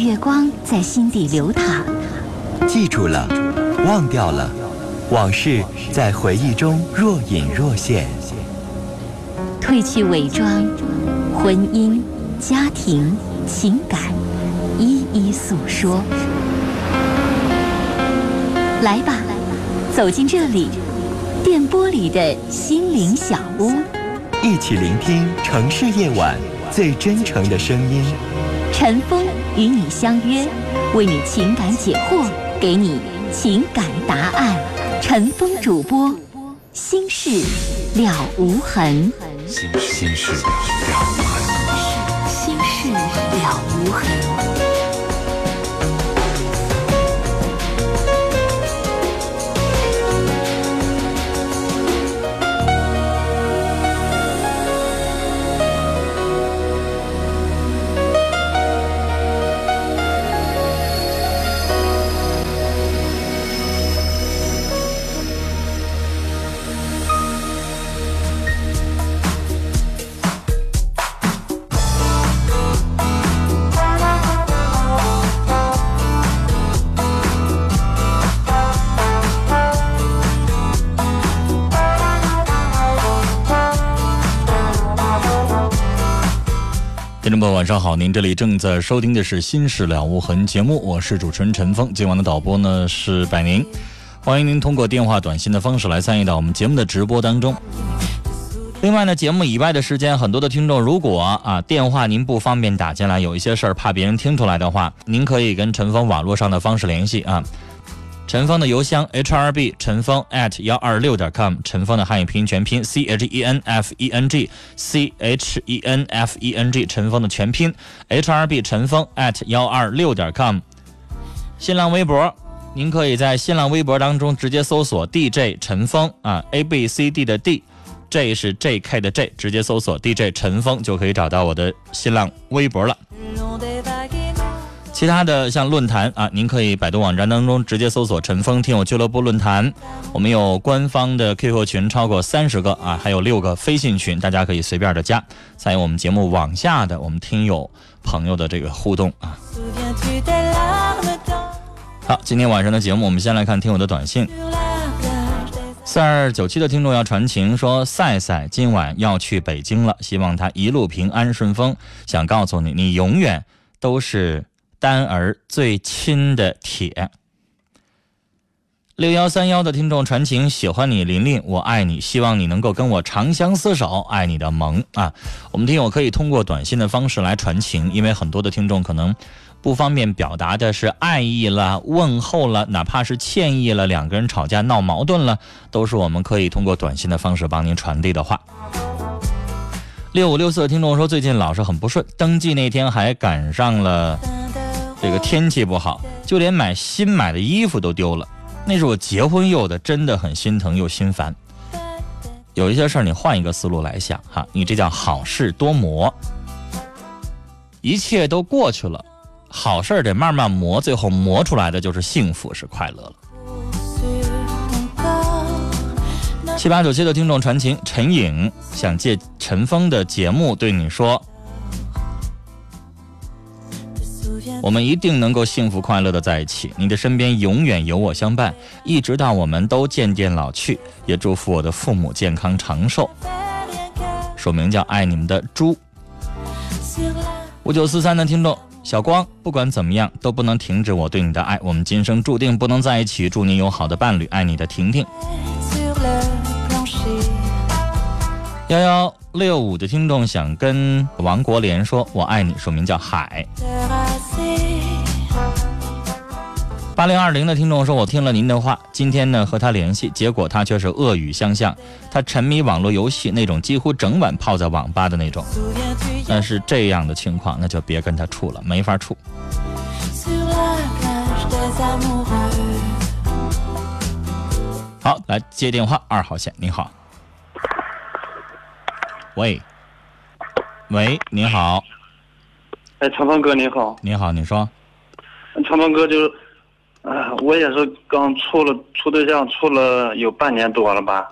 月光在心底流淌， 记住了，忘掉了，往事在回忆中若隐若现。 褪去伪装，婚姻、家庭、情感，一一诉说。来吧，走进这里，电波里的心灵小屋， 一起聆听城市夜晚最真诚的声音。 陈峰与你相约，为你情感解惑，给你情感答案。陈峰主播，心事了无痕。 心事了无痕。 心事了无痕。 听众朋友晚上好，您这里正在收听的是心事了无痕节目，我是主持人陈峰，今晚的导播呢是百宁，欢迎您通过电话短信的方式来参与到我们节目的直播当中。另外呢，节目以外的时间，很多的听众如果电话您不方便打进来，有一些事儿怕别人听出来的话，您可以跟陈峰网络上的方式联系啊。陈峰的邮箱 hrb 陈峰 @126.com， 陈峰的汉语拼音全拼 CHENFENG CHENFENG， 陈峰的全拼 hrb 陈峰 @126.com。 新浪微博，您可以在新浪微博当中直接搜索 DJ 陈峰ABCD 的 D，J 是 JK 的 J， 直接搜索 DJ 陈峰就可以找到我的新浪微博了。其他的像论坛您可以百度网站当中直接搜索陈峰听友俱乐部论坛，我们有官方的 QQ 群超过30个还有6个飞信群，大家可以随便的加，参与我们节目往下的我们听友朋友的这个互动好，今天晚上的节目我们先来看听友的短信。4297的听众要传情说，赛赛今晚要去北京了，希望他一路平安顺风，想告诉你，你永远都是单儿最亲的铁。6131的听众传情，喜欢你琳琳，我爱你，希望你能够跟我长相厮守，爱你的萌我们听友可以通过短信的方式来传情，因为很多的听众可能不方便表达的是爱意了、问候了，哪怕是歉意了，两个人吵架闹矛盾了，都是我们可以通过短信的方式帮您传递的话。6564的听众说，最近老是很不顺，登记那天还赶上了这个天气不好，就连新买的衣服都丢了，那是我结婚用的，真的很心疼又心烦。有一些事儿你换一个思路来想你这叫好事多磨，一切都过去了，好事得慢慢磨，最后磨出来的就是幸福，是快乐了。7897的听众传情，陈颖想借陈峰的节目对你说，我们一定能够幸福快乐的在一起，你的身边永远有我相伴，一直到我们都渐渐老去，也祝福我的父母健康长寿。署名叫爱你们的猪。5943的听众小光，不管怎么样都不能停止我对你的爱，我们今生注定不能在一起，祝你有好的伴侣，爱你的婷婷。1165的听众想跟王国莲说我爱你，署名叫海。8020的听众说，我听了您的话，今天呢和他联系，结果他却是恶语相向，他沉迷网络游戏，那种几乎整晚泡在网吧的那种。但是这样的情况那就别跟他处了，没法处。好，来接电话，2号线，你好。喂，你好。 陈峰哥你好。 你好，你说。 陈峰哥，就是我也是刚处对象，处了有半年多了吧。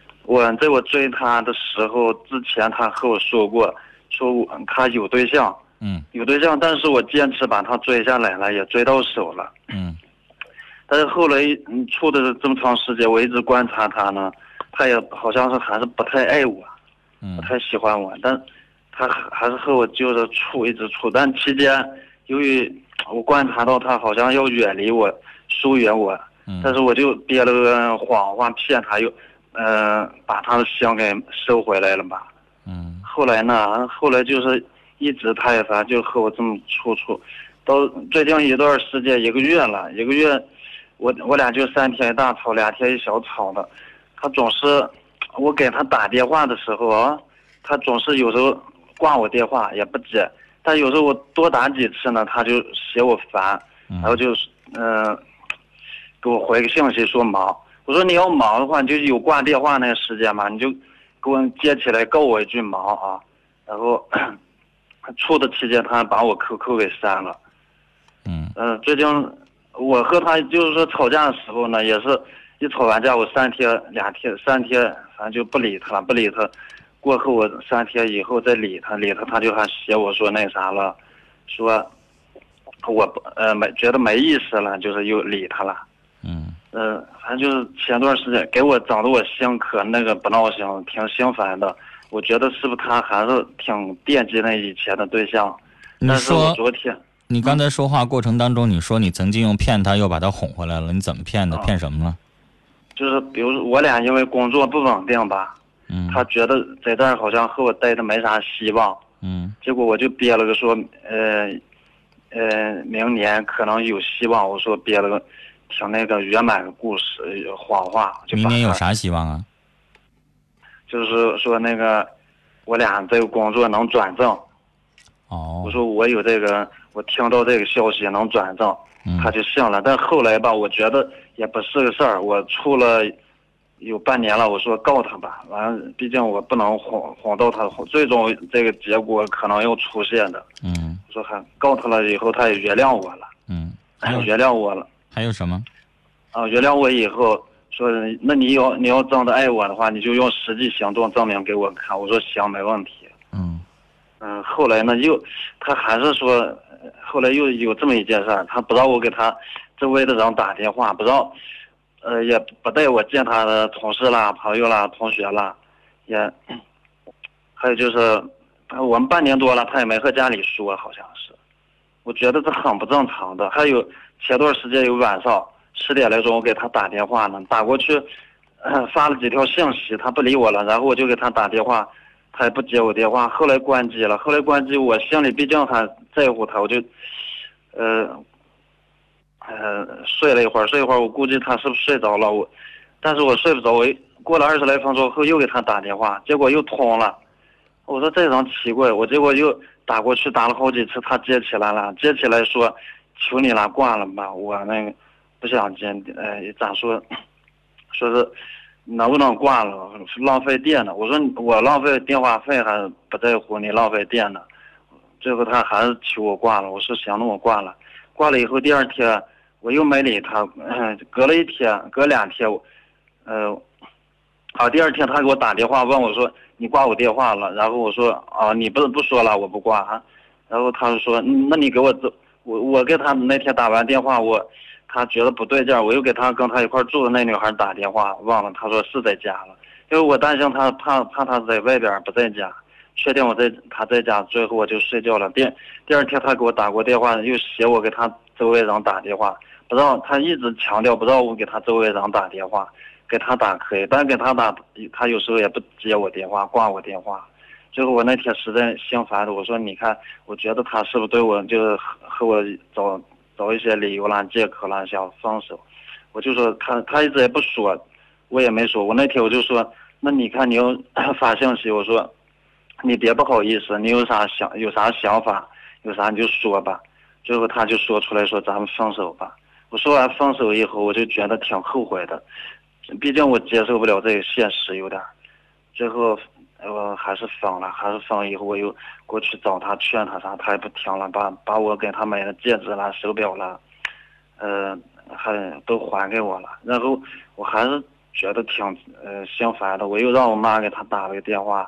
在我追他的时候之前，他和我说过，说他有对象， 有对象，但是我坚持把他追下来了，也追到手了。但是后来处的这么长时间，我一直观察他呢，他也好像是还是不太爱我，不太喜欢我，但他还是和我就是一直处。但期间由于我观察到他好像要远离我、疏远我，但是我就憋了个谎话骗他，又把他的心给收回来了吧。后来就是一直他也反正就和我这么处，到最近一段时间1个月了，我俩就3天一大吵，2天一小吵的。他总是我给他打电话的时候啊，他总是有时候挂我电话也不接，但有时候我多打几次呢，他就嫌我烦，然后就给我回个信息说忙。我说你要忙的话，你就有挂电话那个时间嘛，你就给我接起来告我一句忙啊。然后处的期间，他把我 QQ 给删了。最近我和他就是说吵架的时候呢，也是一吵完架，我3天、3天，反正就不理他。过后我3天以后再理他，他就还嫌我说那啥了，说我觉得没意思了，就是又理他了。反正就是前段时间给我整得我心可那个不闹心，挺心烦的。我觉得是不是他还是挺惦记那以前的对象？但是我昨天， 你刚才说话过程当中，你说你曾经用骗他又把他哄回来了，你怎么骗的？骗什么了？ 就是比如说我俩因为工作不稳定吧，他觉得在这儿好像和我待的没啥希望，结果我就憋了个说，明年可能有希望，我说憋了个挺那个圆满的故事谎话。 明年有啥希望啊？ 就是说那个我俩这个工作能转正。我说我有这个，我听到这个消息能转正，他就信了。但后来吧，我觉得也不是个事儿。我处了有半年了，我说告他吧，完了，毕竟我不能哄到他，最终这个结果可能又出现的。我说还告他了以后，他也原谅我了。原谅我了。 还有什么？ 原谅我以后说，那你要真的爱我的话，你就用实际行动证明给我看。我说行，没问题。后来呢，他还是说，后来又有这么一件事儿，他不让我给他周围的人打电话，不让，也不带我见他的同事啦、朋友啦、同学啦，也，还有就是我们半年多了，他也没和家里说，好像是，我觉得这很不正常的。还有前段时间有晚上10点来钟，我给他打电话呢，打过去，发了几条信息，他不理我了，然后我就给他打电话。他也不接我电话，后来关机了。我心里毕竟还在乎他，我就，睡了一会儿，我估计他是不是睡着了？但是我睡不着，我过了20来分钟后又给他打电话，结果又通了。我说这人奇怪，我结果又打过去，打了好几次，他接起来了，接起来说，求你了，挂了吧，我那个不想接，咋说，说是。能不能挂了？浪费电呢？我说我浪费电话费还不在乎你浪费电呢。最后他还是求我挂了。我说行，那我挂了。挂了以后第2天我又没理他，隔2天，第2天他给我打电话问我说你挂我电话了，然后我说你不说了，我不挂啊。然后他就说那你给我走，我给他那天打完电话他觉得不对劲儿，我又给他跟他一块住的那女孩打电话，忘了，他说是在家了，因为我担心他怕他在外边不在家，确定他在家，最后我就睡觉了。第2天他给我打过电话，又嫌我给他周围人打电话，不知道他一直强调不让我给他周围人打电话，给他打可以，但给他打他有时候也不接我电话，挂我电话。最后我那天实在心烦的，我说你看，我觉得他是不是对我就是和我找一些理由啦、借口啦，想分手。我就说他一直也不说，我也没说。我那天我就说，那你看你要发信息，我说你别不好意思，你有啥想法，有啥你就说吧。最后他就说出来说咱们分手吧。我说完分手以后，我就觉得挺后悔的，毕竟我接受不了这个现实有点。最后我还是分了，以后我又过去找他劝他啥，他也不听了，把我给他买的戒指啦、手表啦，还都还给我了。然后我还是觉得挺心烦的，我又让我妈给他打了个电话，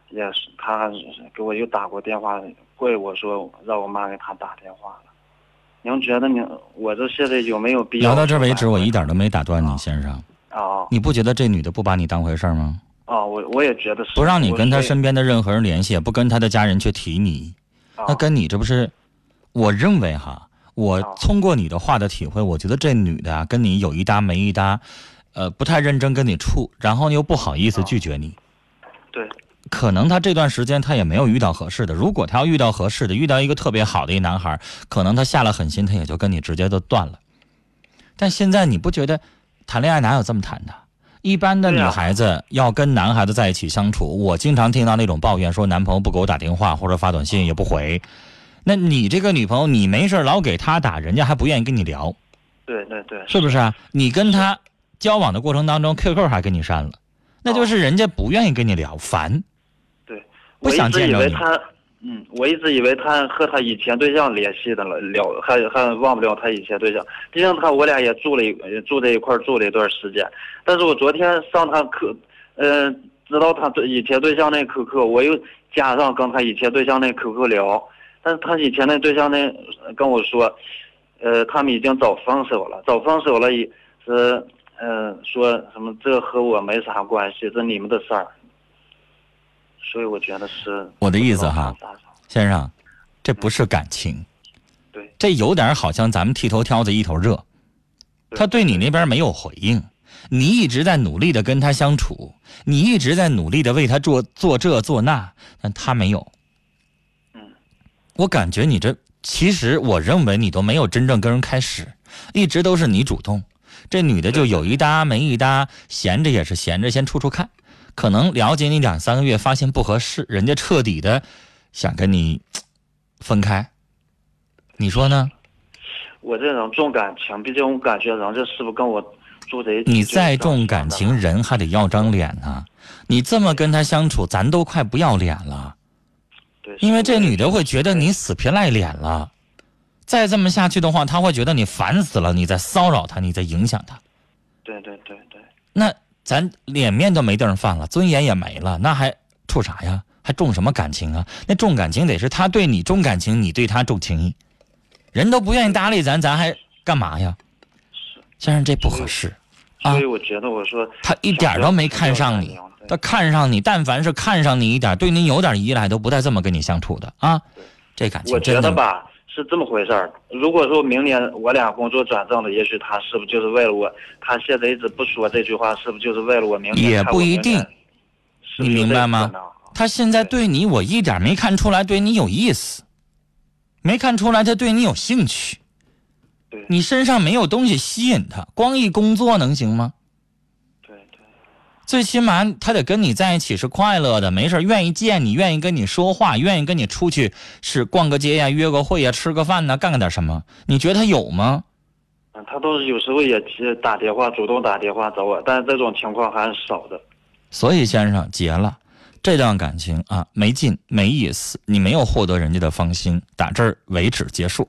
也是他给我又打过电话，会我说让我妈给他打电话了。您觉得我这现在有没有必要？ 聊到这为止，我一点都没打断你，先生。你不觉得这女的不把你当回事吗？ 我也觉得是。 不让你跟她身边的任何人联系，也不跟她的家人去提你，那跟你这不是？我认为哈，我通过你的话的体会，我觉得这女的啊，跟你有一搭没一搭，不太认真跟你处，然后又不好意思拒绝你。 对。 可能她这段时间她也没有遇到合适的，如果她要遇到合适的，遇到一个特别好的一男孩，可能她下了狠心，她也就跟你直接就断了。但现在你不觉得谈恋爱哪有这么谈的？一般的女孩子要跟男孩子在一起相处，我经常听到那种抱怨，说男朋友不给我打电话或者发短信也不回。那你这个女朋友，你没事老给她打，人家还不愿意跟你聊。 对对对， 是不是啊？你跟她交往的过程当中 QQ 还给你删了，那就是人家不愿意跟你聊，烦。 对， 不想见着你。 我一直以为他和他以前对象联系的了，还忘不了他以前对象。毕竟我俩也住在一块住了一段时间。但是我昨天上他课，知道他以前对象那 QQ， 我又加上跟他以前对象那 QQ 聊，但是他以前那对象那跟我说，他们已经早分手了，也是说什么这和我没啥关系，这你们的事儿。所以我觉得是我的意思哈，先生，这不是感情， 对， 这有点好像咱们剃头挑子一头热，他对你那边没有回应，你一直在努力的跟他相处，你一直在努力的为他做这做那，但他没有。我感觉你这其实我认为你都没有真正跟人开始，一直都是你主动，这女的就有一搭没一搭，闲着也是闲着，先处看。可能了解你2-3个月，发现不合适，人家彻底的想跟你分开，你说呢？ 我这种重感情，毕竟我感觉人家是不是跟我住在一起？ 你再重感情，人还得要张脸啊！你这么跟他相处，咱都快不要脸了。 对， 因为这女的会觉得你死皮赖脸了，再这么下去的话，她会觉得你烦死了，你在骚扰她，你在影响她。 对对对对。 那咱脸面都没地儿放了，尊严也没了，那还处啥呀？还重什么感情啊？那重感情得是他对你重感情，你对他重情义。人都不愿意搭理咱还干嘛呀？先生，这不合适啊！ 所以我觉得我说他一点都没看上你，他看上你，但凡是看上你一点，对你有点依赖，都不带这么跟你相处的啊！这感情我觉得吧。是这么回事儿。如果说明年我俩工作转正了，也许他是不是就是为了我？他现在一直不说这句话，是不是就是为了我明年？ 也不一定，你明白吗？他现在对你，我一点没看出来对你有意思，没看出来他对你有兴趣。 对， 你身上没有东西吸引他，光一工作能行吗？ 对对。 最起码他得跟你在一起是快乐的，没事愿意见你，愿意跟你说话，愿意跟你出去是逛个街呀，约个会呀，吃个饭呢，干个点什么？你觉得他有吗？ 他都是有时候也打电话，主动打电话找我，但是这种情况还是少的。 所以先生结了，这段感情啊没劲没意思，你没有获得人家的芳心，打这儿为止结束。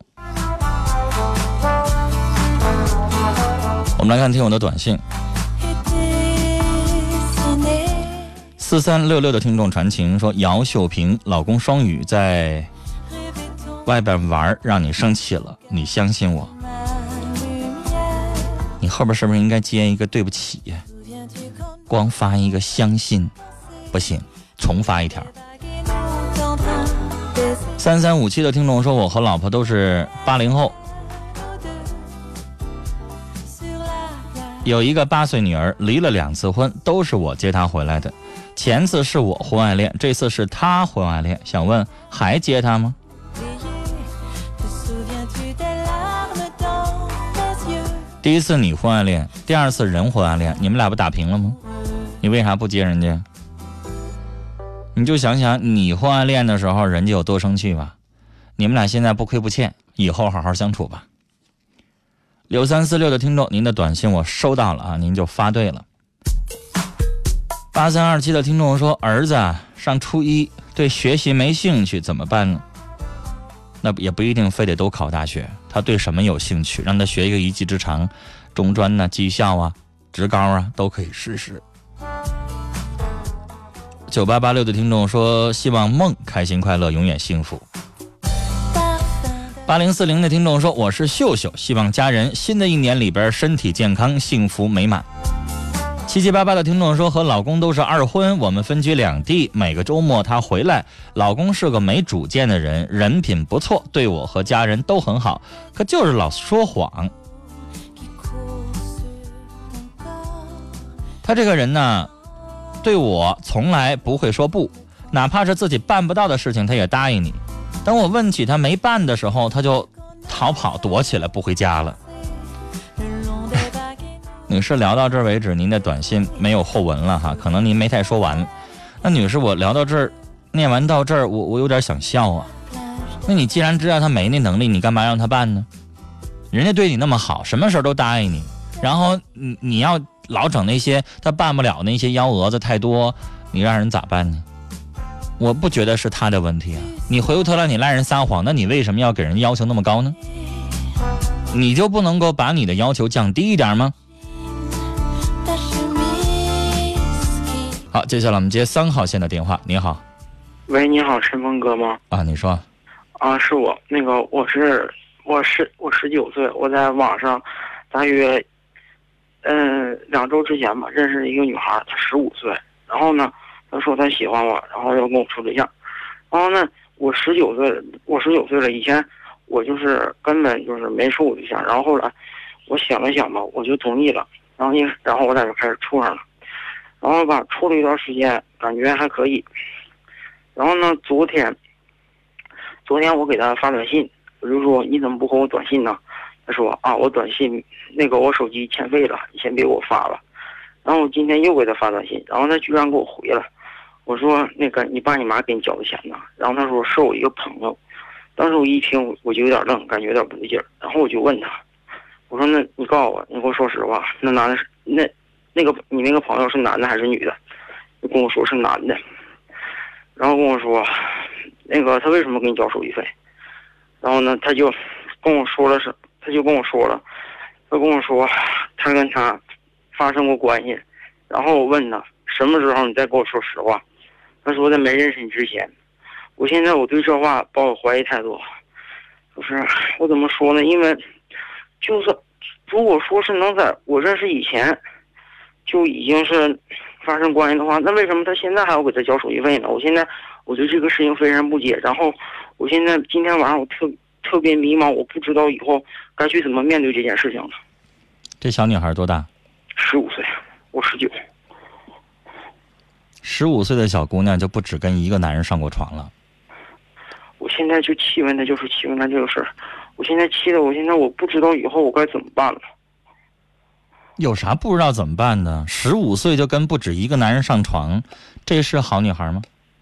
我们来看听友的短信。4366的听众传情说，姚秀萍老公双语在外边玩，让你生气了，你相信我。你后边是不是应该接一个对不起呀？光发一个相信不行，重发一条。3357的听众说，我和老婆都是80后，有一个8岁女儿，离了2次婚，都是我接她回来的。前次是我婚外恋，这次是他婚外恋，想问还接他吗？第一次你婚外恋，第二次人婚外恋，你们俩不打平了吗？你为啥不接人家？你就想想你婚外恋的时候人家有多生气吧。你们俩现在不亏不欠，以后好好相处吧。6346的听众，您的短信我收到了啊，您就发对了。8327的听众说，儿子上初一，对学习没兴趣怎么办呢？那也不一定非得都考大学，他对什么有兴趣，让他学一个一技之长，中专啊、技校啊、职高啊都可以试试。 9886的听众说，希望梦开心快乐，永远幸福。8040的听众说，我是秀秀，希望家人新的一年里边身体健康，幸福美满。7788的听众说，和老公都是二婚，我们分居两地，每个周末他回来，老公是个没主见的人，人品不错，对我和家人都很好，可就是老说谎。他这个人呢，对我从来不会说不，哪怕是自己办不到的事情他也答应你，等我问起他没办的时候，他就逃跑躲起来不回家了。女士，聊到这儿为止，您的短信没有后文了哈，可能您没太说完。那女士，我聊到这儿，念完到这儿，我有点想笑啊。那你既然知道他没那能力，你干嘛让他办呢？人家对你那么好，什么事都答应你，然后你要老整那些他办不了那些幺蛾子太多，你让人咋办呢？我不觉得是他的问题啊。你回过头来你赖人撒谎，那你为什么要给人要求那么高呢？你就不能够把你的要求降低一点吗？好，接下来我们接3号线的电话。你好。 喂，你好，陈峰哥吗？ 啊，你说。 啊，是我。那个我19岁，我在网上大约2周之前吧，认识一个女孩，她15岁。然后呢，她说她喜欢我，然后要跟我处对象。然后呢，我19岁了，以前我就是根本就是没处过对象。然后后来我想了想吧，我就同意了。然后我俩就开始处上了。然后吧，处了一段时间，感觉还可以。然后呢，昨天我给他发短信，我就说你怎么不回我短信呢？他说啊，我短信我手机欠费了，你先别给我发了。然后我今天又给他发短信，然后他居然给我回了。我说你爸你妈给你交的钱呢？然后他说是我一个朋友。当时我一听我就有点愣，感觉有点不对劲儿。然后我就问他，我说那你告诉我，你给我说实话，那男的是你那个朋友是男的还是女的？就跟我说是男的，然后跟我说，他为什么给你交手续费？然后呢，他就跟我说了，他跟他发生过关系。然后我问他什么时候你再跟我说实话？他说在没认识你之前。我现在我对这话抱有怀疑态度，就是我怎么说呢？因为就是如果说是能在我认识以前就已经是发生关系的话，那为什么他现在还要给他交手续费呢？我对这个事情非常不解。然后我现在今天晚上我特别迷茫，我不知道以后该去怎么面对这件事情了。 这小女孩多大 ？15岁，我19。 15岁的小姑娘就不只跟一个男人上过床了。 我现在就气问他这个事儿，我现在气的，我不知道以后我该怎么办了。 有啥不知道怎么办的？15岁就跟不止一个男人上床，这是好女孩吗？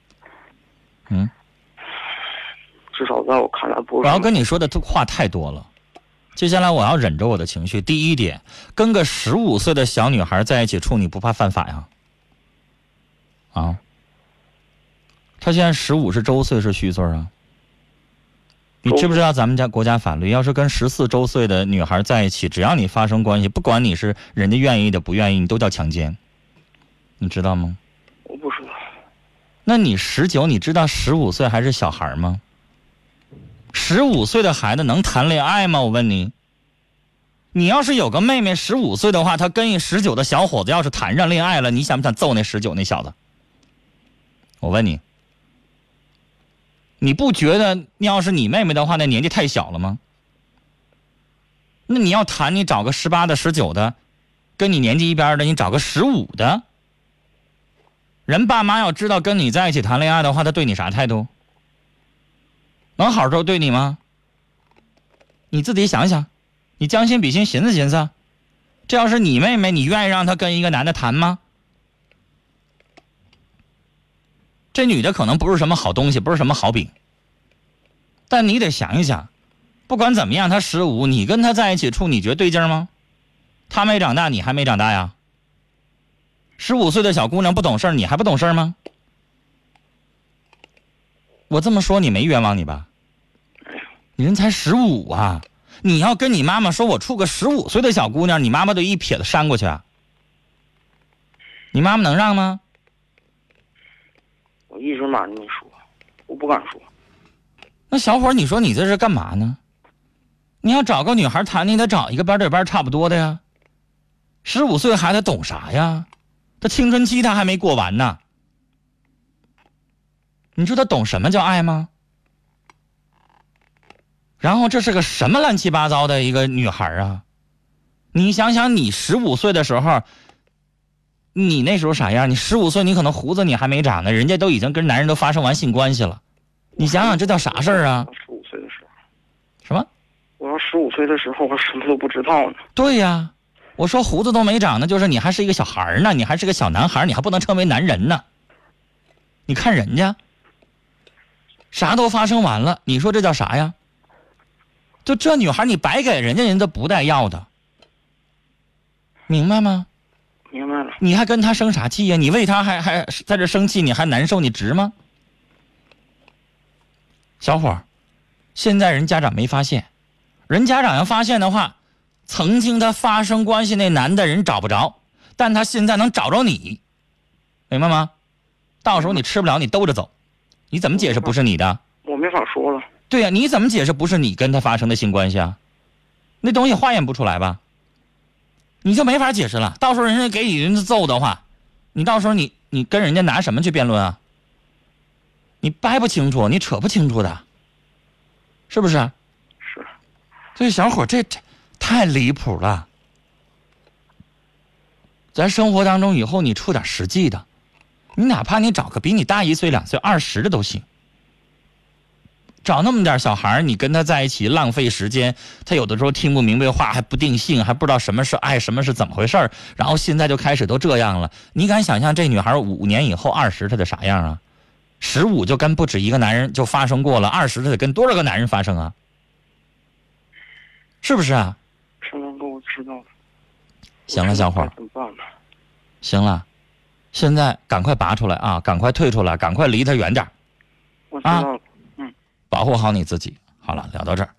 至少在我看来不是。 我要跟你说的话太多了，接下来我要忍着我的情绪。第一点，跟个15岁的小女孩在一起处，你不怕犯法呀？啊？她现在15是周岁是虚岁啊？你知不知道咱们家国家法律，要是跟14周岁的女孩在一起，只要你发生关系，不管你是人家愿意的不愿意，你都叫强奸，你知道吗？ 我不知道。 那你19，你知道15岁还是小孩吗？15岁的孩子能谈恋爱吗？我问你，你要是有个妹妹15岁的话，她跟一19的小伙子要是谈上恋爱了，你想不想揍那19那小子？我问你。你不觉得要是你妹妹的话，那年纪太小了吗？那你要谈，你找个18的、19的，跟你年纪一边的，你找个15的。人爸妈要知道跟你在一起谈恋爱的话，他对你啥态度？能好好对你吗？你自己想想，你将心比心，寻思寻思，这要是你妹妹，你愿意让她跟一个男的谈吗？这女的可能不是什么好东西，不是什么好饼，但你得想一想，不管怎么样，她15，你跟她在一起处，你觉得对劲吗？她没长大，你还没长大呀？15岁的小姑娘不懂事，你还不懂事吗？我这么说你没冤枉你吧？你人才15啊！你要跟你妈妈说我处个15岁的小姑娘，你妈妈都一撇子扇过去啊！你妈妈能让吗？ 我一直瞒着你说，我不敢说。 那小伙，你说你这是干嘛呢？你要找个女孩谈，你得找一个班对班差不多的呀。15岁孩子懂啥呀？他青春期他还没过完呢。你说他懂什么叫爱吗？然后这是个什么乱七八糟的一个女孩啊？你想想，你15岁的时候，你那时候啥样？你15岁，你可能胡子你还没长呢，人家都已经跟男人都发生完性关系了。你想想，这叫啥事儿啊 ？15岁的时候。 什么？ 我要15岁的时候，我什么都不知道呢。 对呀，我说胡子都没长呢，就是你还是一个小孩呢，你还是个小男孩，你还不能称为男人呢。你看人家，啥都发生完了，你说这叫啥呀？就这女孩，你白给人家，人家不带要的，明白吗？ 明白了。 你还跟她生啥气呀？你为她还在这生气，你还难受，你值吗？小伙儿，现在人家长没发现，人家长要发现的话，曾经他发生关系那男的人找不着，但他现在能找着你，明白吗？到时候你吃不了你兜着走，你怎么解释不是你的？ 我没法说了。 对呀，你怎么解释不是你跟他发生的性关系啊？那东西化验不出来吧？你就没法解释了。到时候人家给你人家揍的话，你到时候你跟人家拿什么去辩论啊？你掰不清楚，你扯不清楚的，是不是？ 是。 所以小伙这太离谱了。咱生活当中以后你出点实际的，你哪怕你找个比你大1岁2岁20的都行。找那么点小孩，你跟他在一起浪费时间，他有的时候听不明白话，还不定性，还不知道什么是爱，什么是怎么回事，然后现在就开始都这样了。你敢想象这女孩5年以后20她得啥样啊？15就跟不止一个男人就发生过了，20她得跟多少个男人发生啊？是不是啊？ 是能够知道的。 行了，小伙， 怎么办呢？ 行了，现在赶快拔出来啊！赶快退出来，赶快离他远点。 我知道了。 保护好你自己。好了，聊到这儿。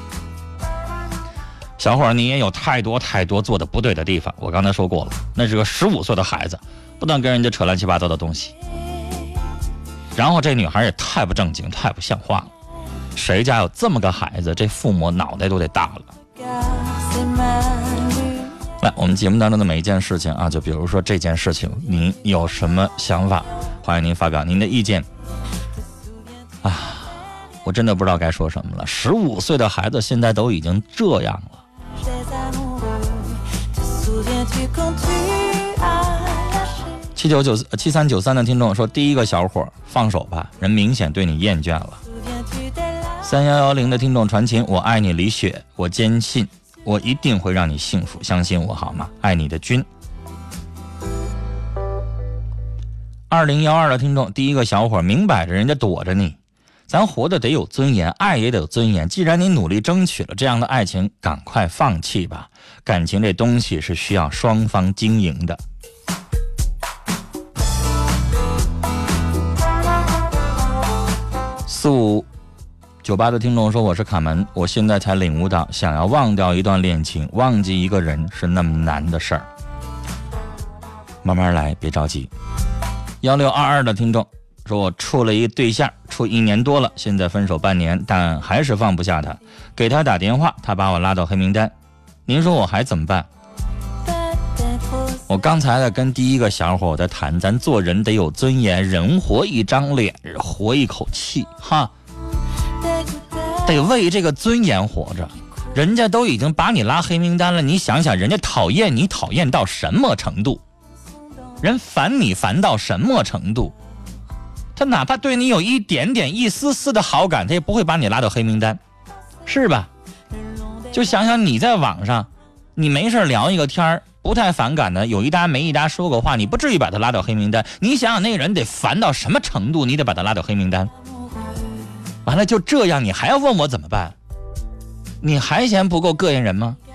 小伙儿，你也有太多做的不对的地方，我刚才说过了，那是个15岁的孩子，不能跟人家扯乱七八糟的东西。然后这女孩也太不正经，太不像话了。谁家有这么个孩子，这父母脑袋都得大了。来，我们节目当中的每一件事情啊，就比如说这件事情，您有什么想法，欢迎您发表您的意见。我真的不知道该说什么了。15岁的孩子现在都已经这样了。7393的听众说，第一个小伙放手吧，人明显对你厌倦了。3110的听众传情，我爱你李雪，我坚信我一定会让你幸福，相信我好吗？爱你的君。2012的听众，第一个小伙明摆着人家躲着你，咱活得得有尊严，爱也得有尊严。既然你努力争取了这样的爱情，赶快放弃吧。感情这东西是需要双方经营的。4598的听众说，我是卡门，我现在才领悟到，想要忘掉一段恋情，忘记一个人是那么难的事儿。慢慢来，别着急。1622的听众说，我处了一对象，处1年多了，现在分手半年，但还是放不下他，给他打电话，他把我拉到黑名单，您说我还怎么办？我刚才在跟第一个小伙在谈，咱做人得有尊严，人活一张脸，活一口气哈，得为这个尊严活着。人家都已经把你拉黑名单了，你想想人家讨厌你讨厌到什么程度，人烦你烦到什么程度，他哪怕对你有一点点一丝丝的好感，他也不会把你拉到黑名单，是吧？就想想你在网上，你没事聊一个天，不太反感的，有一搭没一搭说个话，你不至于把他拉到黑名单。你想想那个人得烦到什么程度，你得把他拉到黑名单。完了就这样，你还要问我怎么办？你还嫌不够膈应人吗？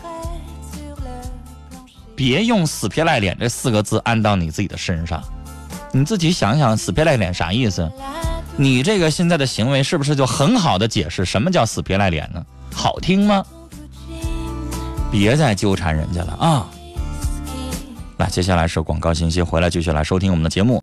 别用死皮赖脸这4个字安到你自己的身上，你自己想想死皮赖脸啥意思？你这个现在的行为是不是就很好的解释什么叫死皮赖脸呢？好听吗？别再纠缠人家了啊！来，接下来是广告信息，回来继续来收听我们的节目。